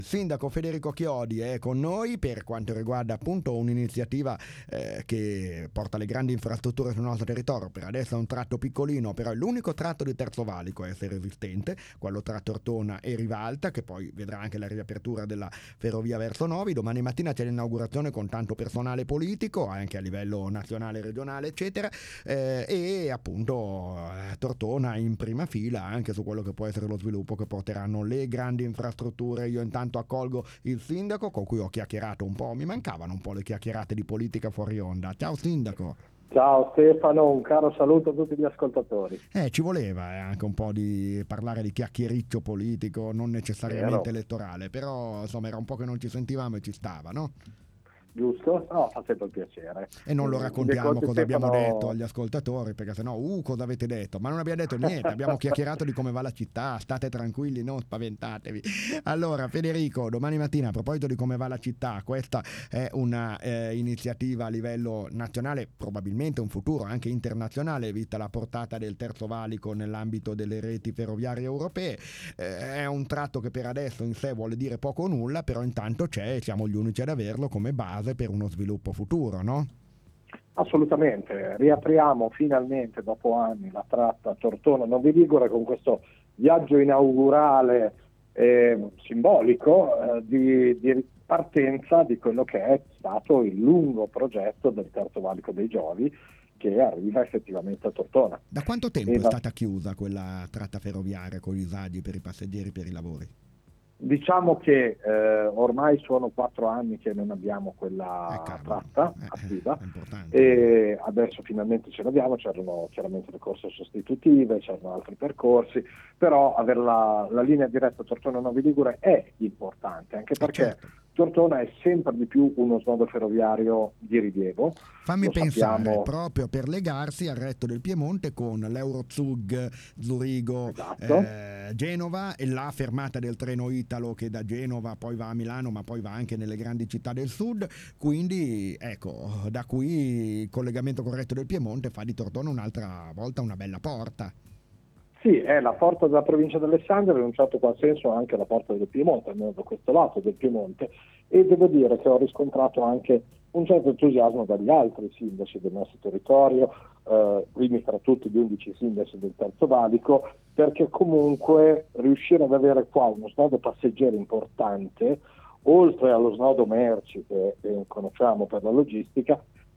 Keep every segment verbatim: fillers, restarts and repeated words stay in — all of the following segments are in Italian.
Il sindaco Federico Chiodi è con noi per quanto riguarda appunto un'iniziativa eh, che porta le grandi infrastrutture sul nostro territorio. Per adesso è un tratto piccolino, però è l'unico tratto di Terzo Valico a essere esistente, quello tra Tortona e Rivalta, che poi vedrà anche la riapertura della ferrovia verso Novi. Domani mattina c'è l'inaugurazione con tanto personale politico, anche a livello nazionale, regionale, eccetera, eh, e appunto eh, Tortona in prima fila anche su quello che può essere lo sviluppo che porteranno le grandi infrastrutture. Io intanto accolgo il sindaco con cui ho chiacchierato un po', mi mancavano un po' le chiacchierate di politica fuori onda. Ciao sindaco. Ciao Stefano, un caro saluto a tutti gli ascoltatori. Eh, ci voleva eh, anche un po' di parlare di chiacchiericcio politico, non necessariamente Vero. elettorale, però insomma era un po' che non ci sentivamo e ci stava, no? Giusto? No, fa sempre il piacere. E non lo Eh, raccontiamo conti, cosa abbiamo Stefano... detto agli ascoltatori, perché sennò, uh, cosa avete detto? Ma non abbiamo detto niente, abbiamo chiacchierato di come va la città, state tranquilli, non spaventatevi. Allora, Federico, domani mattina, a proposito di come va la città, questa è una eh, iniziativa a livello nazionale, probabilmente un futuro anche internazionale, vista la portata del Terzo Valico nell'ambito delle reti ferroviarie europee. Eh, è un tratto che per adesso in sé vuole dire poco o nulla, però intanto c'è e siamo gli unici ad averlo come base per uno sviluppo futuro, no? Assolutamente, riapriamo finalmente dopo anni la tratta Tortona-Novi Ligure con questo viaggio inaugurale eh, simbolico eh, di, di partenza di quello che è stato il lungo progetto del Terzo Valico dei Giovi che arriva effettivamente a Tortona. Da quanto tempo E è da... stata chiusa quella tratta ferroviaria con i disagi per i passeggeri per i lavori? Diciamo che eh, ormai sono quattro anni che non abbiamo quella eh, cavolo, tratta eh, attiva è importante. e adesso finalmente ce l'abbiamo, c'erano chiaramente le corse sostitutive, c'erano altri percorsi, però avere la, la linea diretta Tortona-Novi Ligure è importante, anche perché eh, certo. Tortona è sempre di più uno snodo ferroviario di rilievo. Fammi Lo pensare, sappiamo... proprio per legarsi al resto del Piemonte con l'Eurozug Zurigo, Esatto. eh, Genova e la fermata del treno Italo che da Genova poi va a Milano ma poi va anche nelle grandi città del sud, quindi ecco, da qui il collegamento corretto del Piemonte fa di Tortona un'altra volta una bella porta. Sì, è la porta della provincia di Alessandria, in un certo qual senso anche la porta del Piemonte, almeno da questo lato del Piemonte, e devo dire che ho riscontrato anche un certo entusiasmo dagli altri sindaci del nostro territorio, eh, primi fra tutti gli undici sindaci del Terzo Valico, perché comunque riuscire ad avere qua uno snodo passeggeri importante, oltre allo snodo merci che eh, conosciamo per la logistica,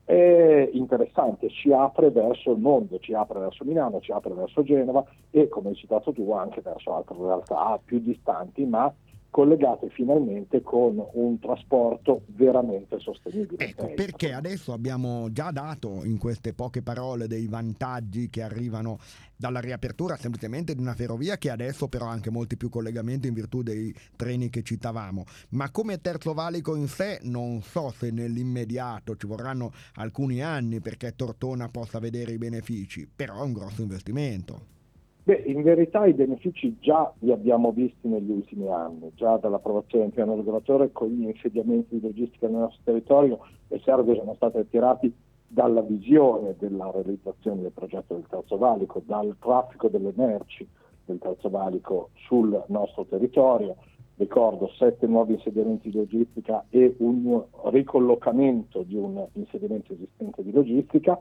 è interessante, ci apre verso il mondo, ci apre verso Milano, ci apre verso Genova e, come hai citato tu, anche verso altre realtà più distanti, ma collegate finalmente con un trasporto veramente sostenibile. Ecco, perché adesso abbiamo già dato in queste poche parole dei vantaggi che arrivano dalla riapertura semplicemente di una ferrovia che adesso però ha anche molti più collegamenti in virtù dei treni che citavamo, ma come Terzo Valico in sé non so se nell'immediato ci vorranno alcuni anni perché Tortona possa vedere i benefici, però è un grosso investimento. Beh, in verità i benefici già li abbiamo visti negli ultimi anni, già dall'approvazione del piano regolatore con gli insediamenti di logistica nel nostro territorio e serve sono stati attirati dalla visione della realizzazione del progetto del Terzo Valico, dal traffico delle merci del Terzo Valico sul nostro territorio. Ricordo sette nuovi insediamenti di logistica e un ricollocamento di un insediamento esistente di logistica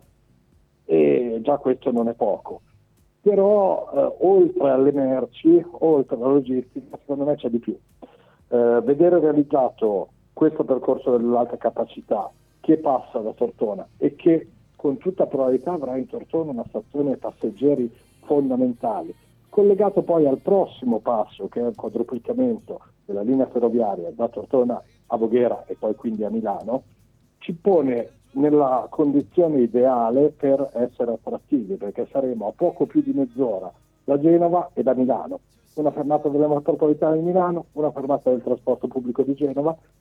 e già questo non è poco. Però eh, oltre alle merci, oltre alla logistica, secondo me c'è di più. Eh, vedere realizzato questo percorso dell'alta capacità che passa da Tortona e che con tutta probabilità avrà in Tortona una stazione passeggeri fondamentale, collegato poi al prossimo passo che è il quadruplicamento della linea ferroviaria da Tortona a Voghera e poi quindi a Milano, ci pone nella condizione ideale per essere attrattivi, perché saremo a poco più di mezz'ora da Genova e da Milano, una fermata della metropolitana di Milano, una fermata del trasporto pubblico di Genova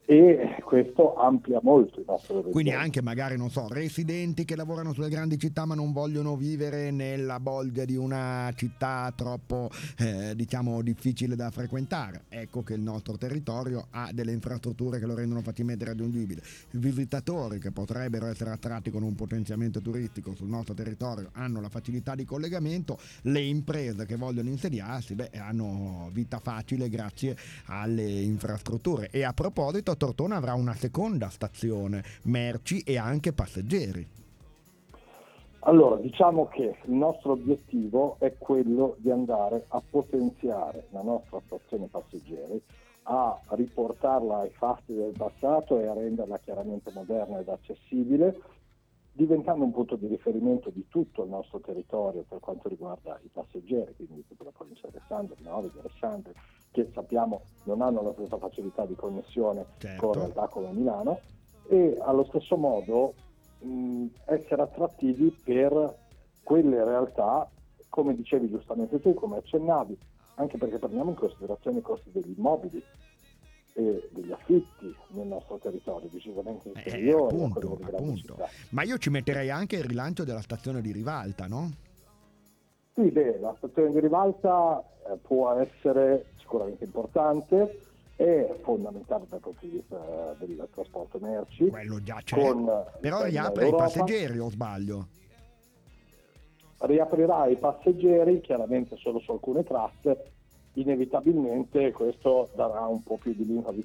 e questo amplia molto i nostri orizzonti. Quindi anche magari, non so, residenti che lavorano sulle grandi città ma non vogliono vivere nella bolgia di una città troppo, eh, diciamo, difficile da frequentare. Ecco che il nostro territorio ha delle infrastrutture che lo rendono facilmente raggiungibile. I visitatori che potrebbero essere attratti con un potenziamento turistico sul nostro territorio hanno la facilità di collegamento, le imprese che vogliono insediarsi, beh, hanno vita facile grazie alle infrastrutture. E a proposito, Tortona avrà una seconda stazione, merci e anche passeggeri. Allora, diciamo che il nostro obiettivo è quello di andare a potenziare la nostra stazione passeggeri, a riportarla ai fasti del passato e a renderla chiaramente moderna ed accessibile, diventando un punto di riferimento di tutto il nostro territorio per quanto riguarda i passeggeri, quindi tutta la provincia di Alessandria, di Novi, di Alessandria, che sappiamo non hanno la stessa facilità di connessione Certo. con realtà come Milano, e allo stesso modo mh, essere attrattivi per quelle realtà, come dicevi giustamente tu, come accennavi, anche perché prendiamo in considerazione i costi degli immobili e degli affitti nel nostro territorio, decisamente inferiori eh, a quelli appunto, delle grandi appunto. città. Ma io ci metterei anche il rilancio della stazione di Rivalta, no? Sì, beh, la stazione di Rivalta eh, può essere sicuramente importante, è fondamentale dal punto di vista del trasporto merci. Quello già c'è, Con, però con riapre i l'Europa. passeggeri, o sbaglio? Riaprirà i passeggeri, chiaramente solo su alcune tratte, inevitabilmente questo darà un po' più di linfa